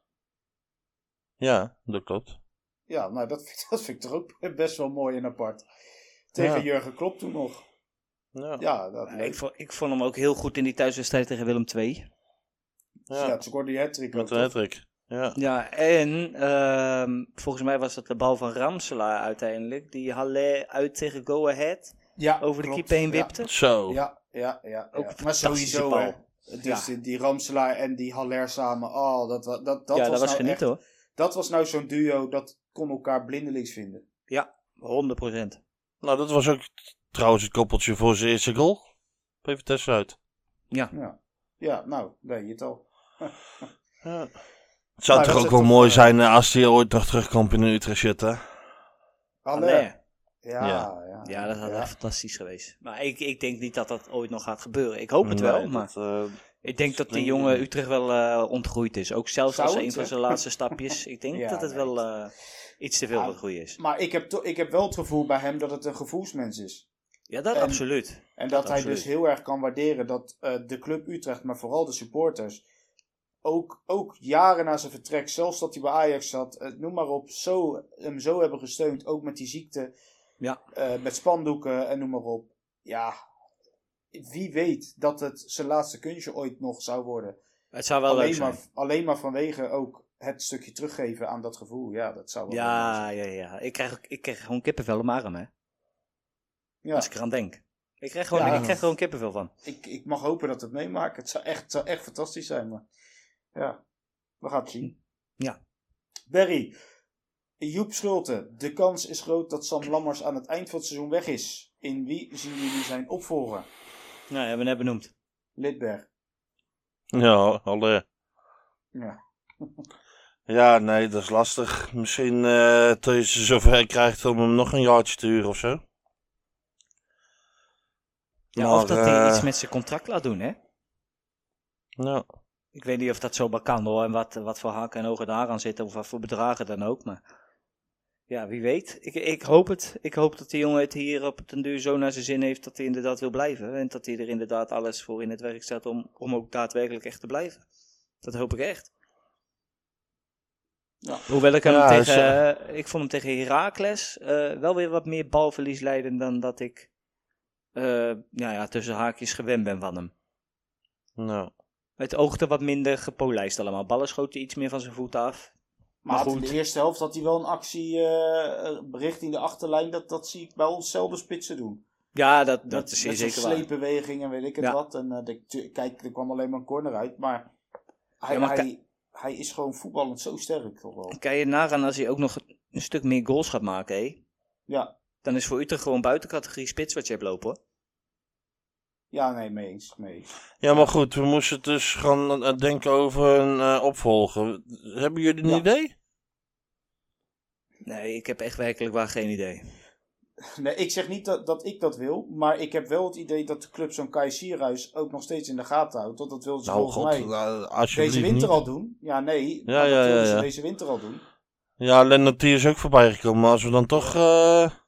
Ja, dat klopt. Ja, nou dat vind ik toch ook best wel mooi en apart. Tegen Jurgen Klopp toen nog. Ja, dat Ik vond hem ook heel goed in die thuiswedstrijd tegen Willem II. Ja, toen scoorde die hat-trick ook. Met een hat-trick. Ja. Ja, en volgens mij was dat de bal van Ramselaar uiteindelijk. Die Halle uit tegen Go Ahead over de keeper heen wipte. Ja. Zo. Ja. Ook Maar sowieso, bal. hè. Dus die Ramselaar en die Haller samen. Oh, dat was was nou genieten echt, hoor. Dat was nou zo'n duo, dat kon elkaar blindelings vinden. Ja, 100%. Nou, dat was ook trouwens het koppeltje voor zijn eerste goal. Bij Vitesse uit. Ja, nou, weet je het al. Ja. Het zou Nou, toch dat ook is wel toch, mooi zijn als hij ooit nog terugkomt in Utrecht zit, hè? Haller. Ja. Ja, dat had echt fantastisch geweest. Maar ik denk niet dat dat ooit nog gaat gebeuren. Ik hoop het wel, maar ik denk dat die jonge Utrecht wel ontgroeid is. Ook zelfs als een van zijn laatste stapjes. Ik denk dat het wel iets te veel wat groei is. Maar ik heb wel het gevoel bij hem dat het een gevoelsmens is. Ja, dat absoluut. En dat hij dus heel erg kan waarderen dat de club Utrecht, maar vooral de supporters, ook jaren na zijn vertrek, zelfs dat hij bij Ajax zat, noem maar op, hem zo hebben gesteund. Ook met die ziekte, met spandoeken en noem maar op. Ja, wie weet dat het zijn laatste kunstje ooit nog zou worden. Het zou wel leuk zijn. Alleen maar vanwege ook het stukje teruggeven aan dat gevoel. Ja, dat zou wel zijn. Ja. Ik krijg gewoon kippenvel op mijn arm, hè. Ja. Als ik eraan denk. Ik krijg gewoon kippenvel van. Ik mag hopen dat het meemaakt. Het zou echt fantastisch zijn. Maar ja, we gaan het zien. Ja. Barry, Joep Schulte. De kans is groot dat Sam Lammers aan het eind van het seizoen weg is. In wie zien jullie zijn opvolger? Nou, hebben we net benoemd. Lidberg. Ja, Halle. Ja. Ja, nee, dat is lastig. Misschien tot je ze zover krijgt om hem nog een jaartje te huren of zo. Ja, maar, of dat hij iets met zijn contract laat doen, hè? Ja. Ik weet niet of dat zomaar kan hoor. En wat voor haken en ogen daar aan zitten. Of wat voor bedragen dan ook. Maar ja, wie weet. Ik hoop het. Ik hoop dat die jongen het hier op den duur zo naar zijn zin heeft. Dat hij inderdaad wil blijven. En dat hij er inderdaad alles voor in het werk zet om ook daadwerkelijk echt te blijven. Dat hoop ik echt. Ja. Hoewel ik hem ik vond hem tegen Heracles wel weer wat meer balverlies leiden dan dat ik tussen haakjes gewend ben van hem. Nou. Het oogde wat minder gepolijst allemaal. Ballen schoten iets meer van zijn voeten af. Maar goed. In de eerste helft had hij wel een actie richting de achterlijn. Dat zie ik bij ons zelden spitsen doen. Ja, dat is zeker waar. Sleepbeweging en weet ik het wat. En er kwam alleen maar een corner uit. Maar hij is gewoon voetballend zo sterk toch wel. Kan je nagaan als hij ook nog een stuk meer goals gaat maken, hé? Ja, Dan is voor Utrecht gewoon buitencategorie spits wat je hebt lopen, hoor. ja, nee, mee eens. Ja, maar goed, we moesten dus gaan denken over een opvolger. Hebben jullie een idee? Nee, ik heb echt werkelijk waar geen idee. Nee, ik zeg niet dat ik dat wil, maar ik heb wel het idee dat de club zo'n Kai Sierhuis ook nog steeds in de gaten houdt. Dat wilden ze Nou, volgens god, mij alsjeblieft deze winter niet. al doen. Ja, nee, Ja, maar ja, dat wilden ja. ze deze winter al doen. Ja, Lennart is ook voorbij gekomen, maar als we dan toch... Ja.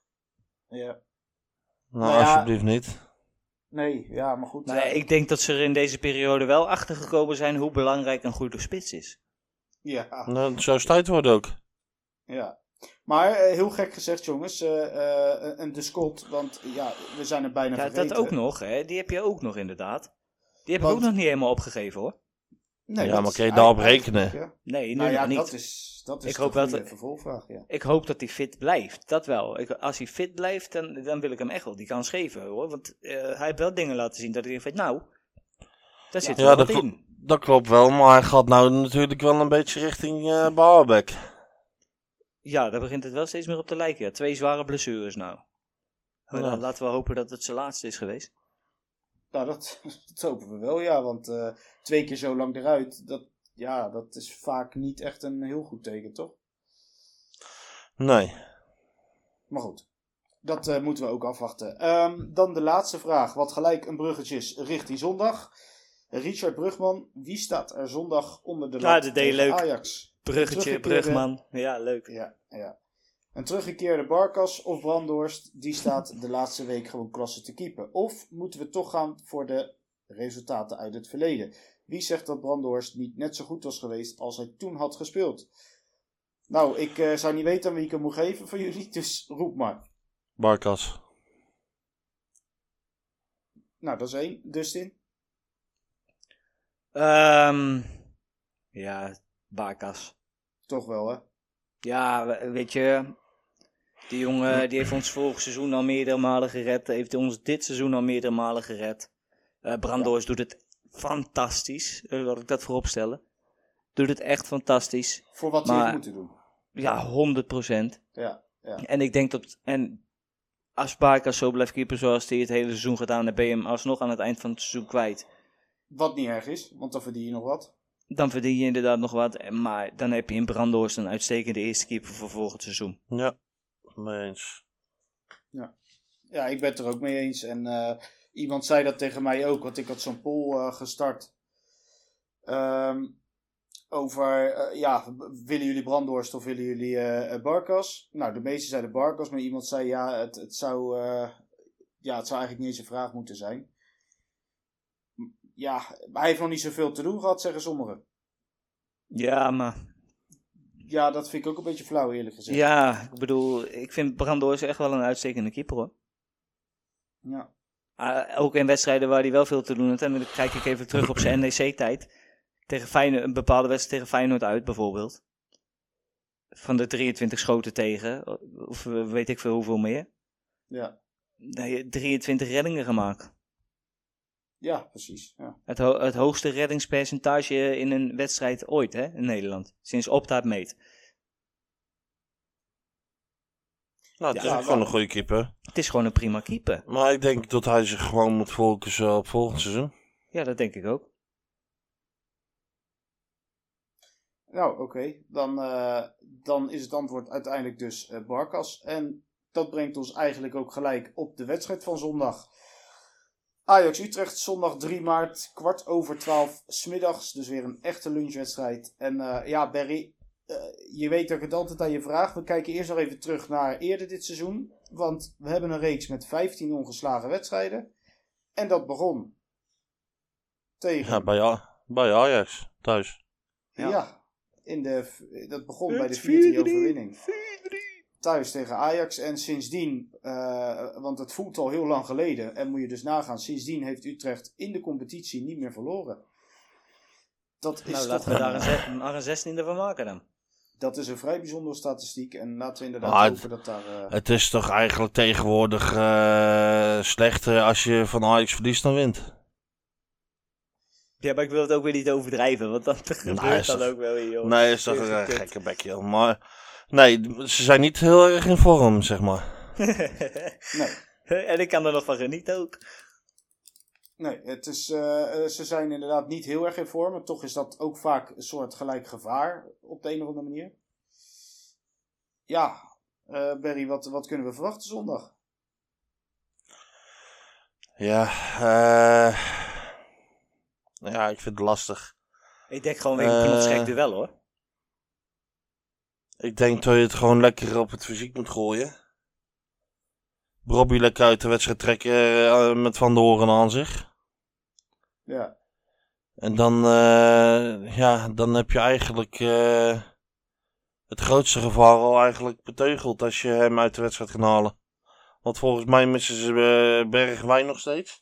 Nou, ja. alsjeblieft niet. Nee, ja, maar goed. Nou ja, ik denk dat ze er in deze periode wel achter gekomen zijn hoe belangrijk een goede spits is. Ja, Nou, het zou tijd worden ook. ja. Maar heel gek gezegd, jongens, een de Scott, want ja, we zijn er bijna Ja, vergeten. dat ook nog, hè. Die heb je ook nog inderdaad. Die heb ik Want- ook nog niet helemaal opgegeven, hoor. Nee, Ja, dat maar is kun je daarop eigenlijk, rekenen? ja. Nee, nu Nou ja, nog niet. dat is Ik de hoop wel goede dat- vervolgvraag, ja. Ik hoop dat hij fit blijft. Dat wel. Als hij fit blijft, dan wil ik hem echt wel die kans geven, hoor. Want hij heeft wel dingen laten zien dat ik denk van, nou, daar zit Ja, wel dat wat in. Dat klopt wel, maar hij gaat nou natuurlijk wel een beetje richting Baalbek. Ja, daar begint het wel steeds meer op te lijken. Ja. 2 zware blessures nou. Maar Ja. dan laten we hopen dat het zijn laatste is geweest. Nou, dat hopen we wel, ja. Want 2 keer zo lang eruit, dat is vaak niet echt een heel goed teken, toch? Nee. Maar goed, dat moeten we ook afwachten. Dan de laatste vraag, wat gelijk een bruggetje is richting zondag. Richard Brugman, wie staat er zondag onder de Ja, lat dat deed je tegen leuk. Ajax? Bruggetje, Teruggekeerde- Brugman. Ja, leuk. Ja. Een teruggekeerde Barkas of Brandhorst, die staat de laatste week gewoon klasse te keepen. Of moeten we toch gaan voor de resultaten uit het verleden? Wie zegt dat Brandhorst niet net zo goed was geweest als hij toen had gespeeld? Nou, ik zou niet weten aan wie ik hem moet geven van jullie, dus roep maar. Barkas. Nou, dat is 1. Dustin? Ja, Barkas. Toch wel, hè? Ja, weet je, die jongen die heeft ons vorig seizoen al meerdere malen gered. Heeft ons dit seizoen al meerdere malen gered. Brandhorst doet het fantastisch, laat ik dat voorop stellen. Doet het echt fantastisch. Voor wat hij Maar- heeft moeten doen. Ja, 100%. Ja. En ik denk dat, en als Barkas zo blijft keeper zoals hij het hele seizoen gedaan heeft, ben je hem alsnog aan het eind van het seizoen kwijt. Wat niet erg is, want dan verdien je nog wat. Dan verdien je inderdaad nog wat, maar dan heb je in Brandhorst een uitstekende eerste keeper voor volgend seizoen. Ja, mee eens. Ja, ik ben het er ook mee eens. En iemand zei dat tegen mij ook, want ik had zo'n poll gestart. Over, willen jullie Brandhorst of willen jullie Barkas? Nou, de meesten zeiden Barkas, maar iemand zei het zou eigenlijk niet eens een vraag moeten zijn. Ja, hij heeft nog niet zoveel te doen gehad, zeggen sommigen. Ja, maar Ja, dat vind ik ook een beetje flauw, eerlijk gezegd. ja, ik bedoel, ik vind Brandhorst echt wel een uitstekende keeper, hoor. Ja. Ook in wedstrijden waar hij wel veel te doen had. En dan kijk ik even terug op zijn NEC-tijd. Tegen Feyenoord, een bepaalde wedstrijd tegen Feyenoord uit, bijvoorbeeld. Van de 23 schoten tegen. Of weet ik veel hoeveel meer. Ja, Nee, 23 reddingen gemaakt. ja precies. Ja. Het hoogste reddingspercentage in een wedstrijd ooit, hè, in Nederland. Sinds Opta het meet. Nou, het Ja, is ook gewoon een goede keeper. Het is gewoon een prima keeper. Maar ik denk dat hij zich gewoon moet focussen op volgend seizoen. Ja, dat denk ik ook. Nou, oké. Dan is het antwoord uiteindelijk dus Barkas. En dat brengt ons eigenlijk ook gelijk op de wedstrijd van zondag. Ajax-Utrecht, zondag 3 maart, 11:15 smiddags. Dus weer een echte lunchwedstrijd. En Barry, je weet dat ik het altijd aan je vraag. We kijken eerst nog even terug naar eerder dit seizoen. Want we hebben een reeks met 15 ongeslagen wedstrijden. En dat begon tegen... Ja, bij Ajax, thuis. Ja, dat begon bij de 4-3 overwinning. Thuis tegen Ajax. En sindsdien, want het voelt al heel lang geleden. En moet je dus nagaan, sindsdien heeft Utrecht in de competitie niet meer verloren. Dat is Nou, toch laten we daar maar een 16e van maken dan. dat is een vrij bijzondere statistiek. En laten we inderdaad Maar hopen dat daar... Het is toch eigenlijk tegenwoordig slechter als je van Ajax verliest dan wint. Ja, maar ik wil het ook weer niet overdrijven, want dat gebeurt dan ook wel weer, joh. Nee, is toch Dit een kut. gekke bek, joh. Maar nee, ze zijn niet heel erg in vorm, zeg maar. Nee. En ik kan er nog van genieten ook. Nee, het is, ze zijn inderdaad niet heel erg in vorm. En toch is dat ook vaak een soort gelijk gevaar op de een of andere manier. Ja, Barry, wat kunnen we verwachten zondag? Ja, ja, ik vind het lastig. Ik denk gewoon weer een knotsgek duel, hoor. Ik denk dat je het gewoon lekker op het fysiek moet gooien. Robbie lekker uit de wedstrijd trekken met Van der Hoorn aan zich. Ja, En dan, ja, dan heb je eigenlijk het grootste gevaar al eigenlijk beteugeld als je hem uit de wedstrijd gaat halen. Want volgens mij missen ze Bergwijn nog steeds.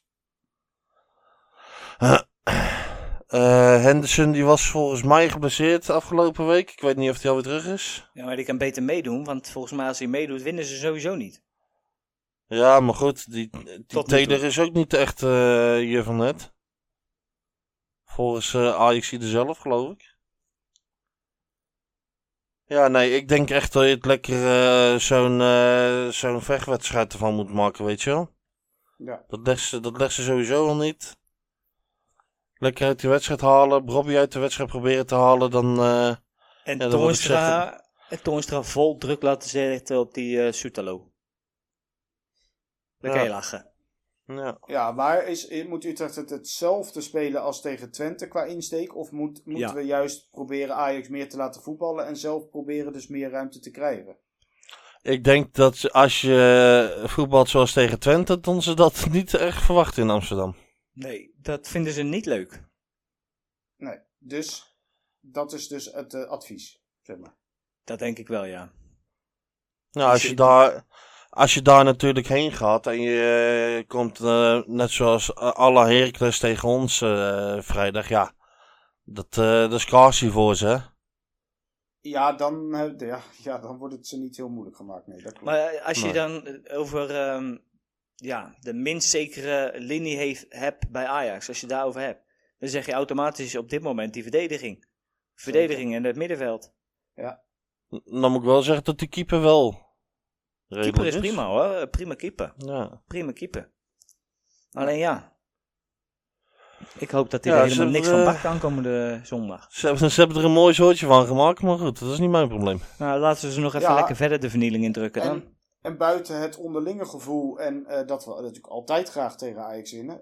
Henderson die was volgens mij geblesseerd afgelopen week. Ik weet niet of hij alweer terug is. Ja, maar die kan beter meedoen, want volgens mij als hij meedoet, winnen ze sowieso niet. Ja, maar goed, die Tot nu Taylor toe. is ook niet echt hier van net. Volgens Ajax er zelf, geloof ik. Ja, nee, ik denk echt dat je het lekker zo'n vechtwedstrijd ervan moet maken, weet je wel. ja. Dat legt ze sowieso al niet. Lekker uit de wedstrijd halen, Robbie uit de wedstrijd proberen te halen, dan... En Ja, dat wil ik Toornstra vol druk laten zetten op die Soetalo. Dan kan je lachen. Ja. Ja, maar moet Utrecht hetzelfde spelen als tegen Twente qua insteek? Of moeten we juist proberen Ajax meer te laten voetballen en zelf proberen dus meer ruimte te krijgen? Ik denk dat als je voetbalt zoals tegen Twente, dan ze dat niet echt verwachten in Amsterdam. Nee, dat vinden ze niet leuk. Nee, dus dat is dus het advies, zeg maar. Dat denk ik wel, ja. Nou, als je daar natuurlijk heen gaat en je komt net zoals alle Heracles tegen ons vrijdag, ja, dat is kaarsie voor ze, hè? Ja, dan wordt het ze niet heel moeilijk gemaakt. Nee, dat klopt. Maar als je Nee. dan over de minst zekere linie hebt bij Ajax, als je daarover hebt, dan zeg je automatisch op dit moment die verdediging. Verdediging en het middenveld. Dan moet ik wel zeggen dat die keeper wel redelijk Keeper is prima, hoor. Prima keeper. Ja. Prima keeper. Alleen ja. Ik hoop dat hij Ja, er ze helemaal niks hebben, van bakt aankomende zondag. Ze hebben er een mooi soortje van gemaakt, maar goed, dat is niet mijn probleem. Nou, laten we ze nog even Ja. lekker verder de vernieling indrukken dan. En buiten het onderlinge gevoel en dat we natuurlijk altijd graag tegen Ajax winnen,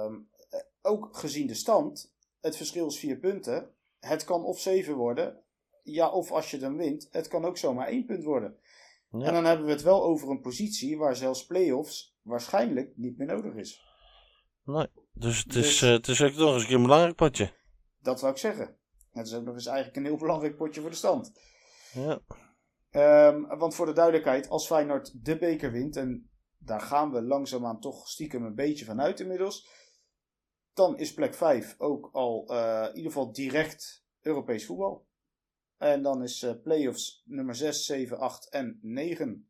ook gezien de stand, het verschil is 4 punten. Het kan of 7 worden, ja, of als je dan wint, het kan ook zomaar 1 punt worden. Ja. En dan hebben we het wel over een positie waar zelfs play-offs waarschijnlijk niet meer nodig is. Nee. Dus Dus- het is ook nog eens een keer een belangrijk potje. Dat wou ik zeggen. Het is ook nog eens eigenlijk een heel belangrijk potje voor de stand. Ja. Want voor de duidelijkheid, als Feyenoord de beker wint, en daar gaan we langzaamaan toch stiekem een beetje van uit inmiddels, dan is plek 5 ook al in ieder geval direct Europees voetbal. En dan is play-offs nummer 6, 7, 8 en 9.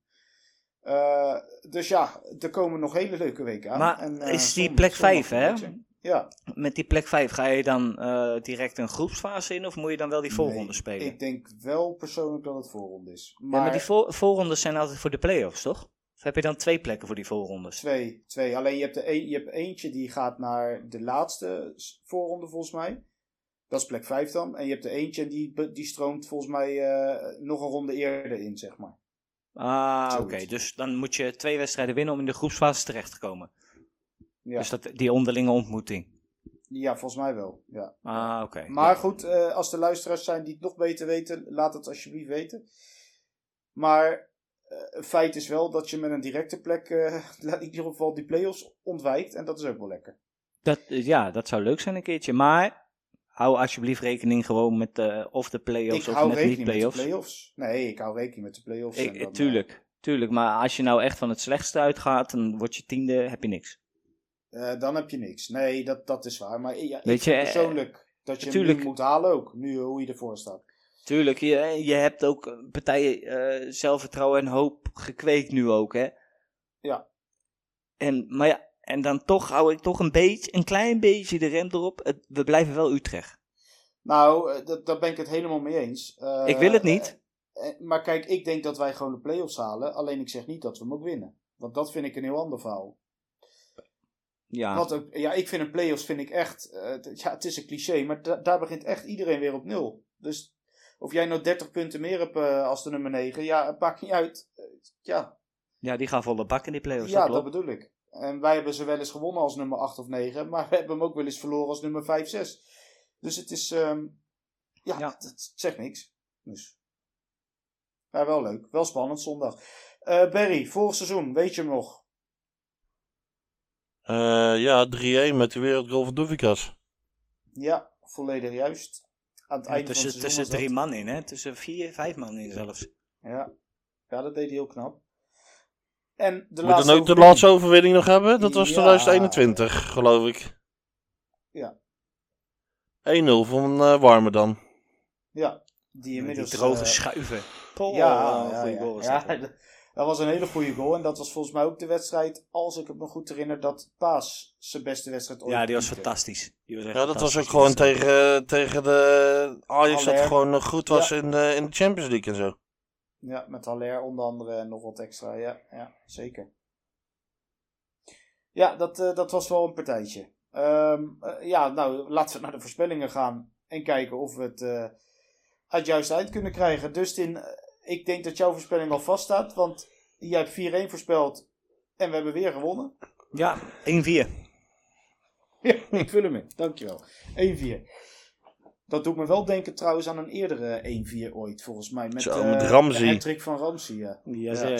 Dus ja, er komen nog hele leuke weken aan. Maar En, is die zondag- plek zondag 5, hè? een beetje. Ja. Met die plek 5 ga je dan direct een groepsfase in of moet je dan wel die voorronde Nee, spelen? Ik denk wel persoonlijk dat het voorronde is. Ja, maar die voorrondes zijn altijd voor de play-offs, toch? Of heb je dan 2 plekken voor die voorrondes? Twee. Alleen je hebt eentje die gaat naar de laatste voorronde volgens mij. Dat is plek 5 dan. En je hebt er eentje en die stroomt volgens mij nog een ronde eerder in, zeg maar. Ah, oké. Zoiets. Dus dan moet je 2 wedstrijden winnen om in de groepsfase terecht te komen. Ja, Dus die onderlinge ontmoeting. ja volgens mij wel. Ja. Ah, oké. Maar goed, als er luisteraars zijn die het nog beter weten, laat het alsjeblieft weten. Maar feit is wel dat je met een directe plek in ieder geval die play-offs ontwijkt. En dat is ook wel lekker. Dat zou leuk zijn een keertje. Maar hou alsjeblieft rekening gewoon met of de play-offs Ik of hou net niet rekening met de play-offs. play-offs. Nee, ik hou rekening met de play-offs. En dan, Tuurlijk. Maar als je nou echt van het slechtste uitgaat, dan word je 10e, heb je niks. dan heb je niks. Nee, dat is waar. Maar ja, Weet ik je, vind persoonlijk dat je hem tuurlijk. nu moet halen ook. Nu hoe je ervoor staat. Tuurlijk, je hebt ook zelfvertrouwen en hoop gekweekt nu ook, hè? Ja. Maar ja, En dan toch hou ik toch een klein beetje de rem erop. We blijven wel Utrecht. Nou, daar ben ik het helemaal mee eens. Ik wil het niet. Maar kijk, ik denk dat wij gewoon de play-offs halen. Alleen ik zeg niet dat we hem ook winnen. Want dat vind ik een heel ander verhaal. Ja. Want ook, ja, ik vind een play-offs vind ik echt... het is een cliché, maar daar begint echt iedereen weer op 0. Dus of jij nou 30 punten meer hebt als de nummer 9, ja, het maakt niet uit. Ja, die gaan volle bak in die play-offs. Ja, dat dat bedoel ik. En wij hebben ze wel eens gewonnen als nummer 8 of 9, maar we hebben hem ook wel eens verloren als nummer 5, 6. Dus het is... het zegt niks. Dus... Ja, wel leuk. Wel spannend zondag. Barry, vorig seizoen, weet je hem nog? Ja, 3-1 met de wereldgoal van Doufikas. Ja, volledig juist. Aan het einde van het seizoen tussen was dat. 3 man in, hè? Tussen 4, 5 man in zelfs. Ja, dat deed hij heel knap. En de Moet dan ook de laatste overwinning nog hebben? Dat was 2021, geloof ik. Ja. 1-0 van Warme. Ja, die inmiddels... Die droge schuiven. Goeie goal was dat. Dat was een hele goede goal. En dat was volgens mij ook de wedstrijd, als ik het me goed herinner, dat Paas zijn beste wedstrijd ooit Ja, die was maakte. fantastisch. Dat was ook gewoon tegen de Ajax dat gewoon goed was in de Champions League en zo. Ja, met Haller onder andere en nog wat extra. Ja, zeker. Ja, dat was wel een partijtje. Nou, laten we naar de voorspellingen gaan en kijken of we het uit juist eind kunnen krijgen. Dustin, ik denk dat jouw voorspelling al vaststaat, want jij hebt 4-1 voorspeld en we hebben weer gewonnen. Ja, 1-4. Ja, ik vul hem in. Dankjewel. 1-4. Dat doet me wel denken trouwens aan een eerdere 1-4 ooit, volgens mij. Met Ramsey. de hattrick van Ramsey, ja. Ja.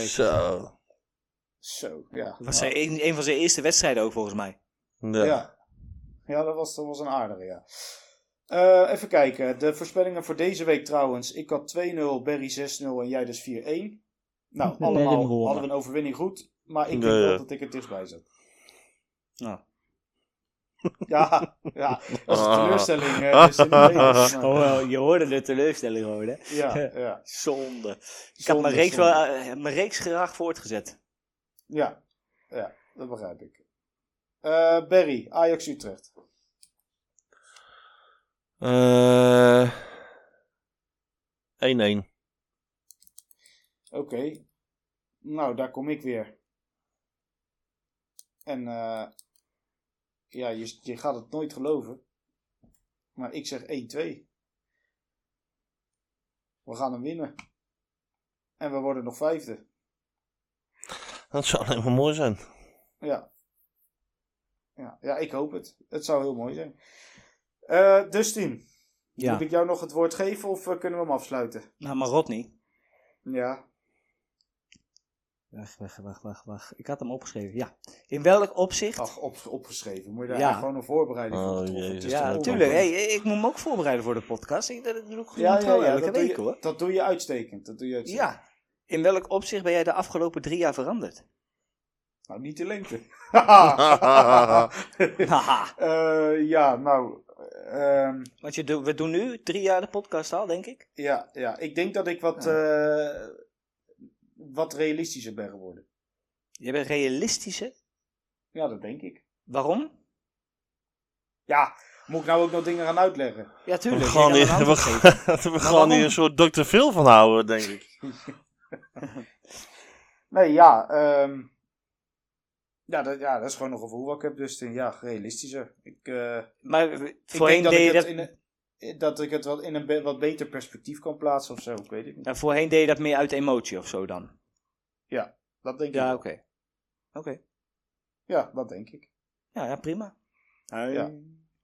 Zo, ja. Dat was een van zijn eerste wedstrijden ook, volgens mij. Ja, dat was een aardige, ja. Even kijken. De voorspellingen voor deze week trouwens. Ik had 2-0, Barry 6-0 en jij dus 4-1. Nou, allemaal hadden we een overwinning goed. Maar ik denk wel dat ik het dichtbij zat. Nou. Ja, dat is een teleurstelling. Dus Je hoorde de teleurstelling gewoon, hè? Ja. Zonde. Ik had mijn reeks graag voortgezet. Ja, dat begrijp ik. Barry, Ajax Utrecht. 1-1. Oké. Nou, daar kom ik weer. En je gaat het nooit geloven. Maar ik zeg 1-2. We gaan hem winnen. En we worden nog 5e. Dat zou alleen maar mooi zijn. Ja, ik hoop het. Het zou heel mooi zijn. Dustin, moet ik jou nog het woord geven of kunnen we hem afsluiten? Nou, maar Rodney. Ja. Wacht. Ik had hem opgeschreven, ja. In welk opzicht? Ach, opgeschreven. Moet je daar gewoon een voorbereiding voor getroffen? Ja, natuurlijk. Ik moet me ook voorbereiden voor de podcast. Dat doe ik gewoon elke week, hoor. Dat doe je uitstekend. Ja. In welk opzicht ben jij de afgelopen 3 jaar veranderd? Nou, niet de lengte. Want we doen nu 3 jaar de podcast al, denk ik. Ja. Ik denk dat ik wat realistischer ben geworden. Je bent realistischer? Ja, dat denk ik. Waarom? Ja, moet ik nou ook nog dingen gaan uitleggen? Ja, tuurlijk. We gaan hier een soort Dr. Phil van houden, denk ik. Nee, ja. Dat is gewoon nog een gevoel wat ik heb. Dus realistischer. Maar voorheen deed je dat ik het wat in een wat beter perspectief kan plaatsen of zo. Ik weet het niet. Ja, voorheen deed je dat meer uit emotie of zo dan? Ja, dat denk ik. Ja, oké. Ja, dat denk ik. Ja, prima. Ja.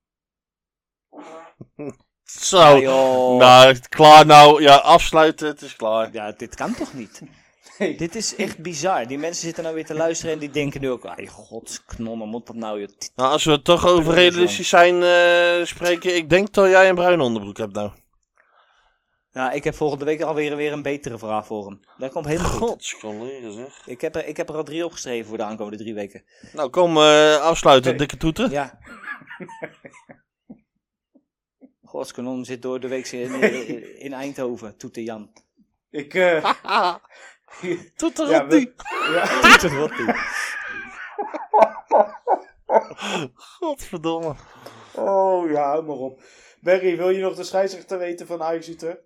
Zo. Nou, klaar nou. Ja, afsluiten. Het is klaar. Ja, dit kan toch niet? Nee. Dit is echt bizar. Die mensen zitten nou weer te luisteren en die denken nu ook... godsknonnen, moet dat nou... Nou, als we het toch over realistisch zijn spreken... Ik denk dat jij een bruine onderbroek hebt nou. Ja, ik heb volgende week alweer een betere vraag voor hem. Dat komt helemaal goed. Godscollega zeg. Ik heb er al 3 opgeschreven voor de aankomende 3 weken. Nou, kom afsluiten, dikke toeter. Ja. Godskanon zit door de week in Eindhoven, Toeter Jan. Toeter Rotti. Toeter Rotti. Godverdomme. Oh ja, hou maar op. Barry, wil je nog de scheidsrechter weten van Ajax Utrecht?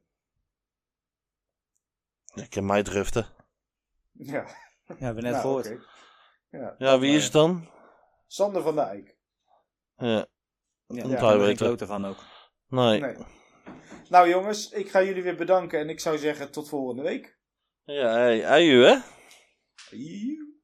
Ik ken mij driften. Ja. Ja, we hebben net gehoord. oké. Ja, Ja, wie is het dan? Sander van der Eyck. Ja. Ja, moet daar hij hebben we geen weten. klote van ook. Nee. Nee. Nou jongens, ik ga jullie weer bedanken en ik zou zeggen tot volgende week. Ja, hey, u hè? Joe.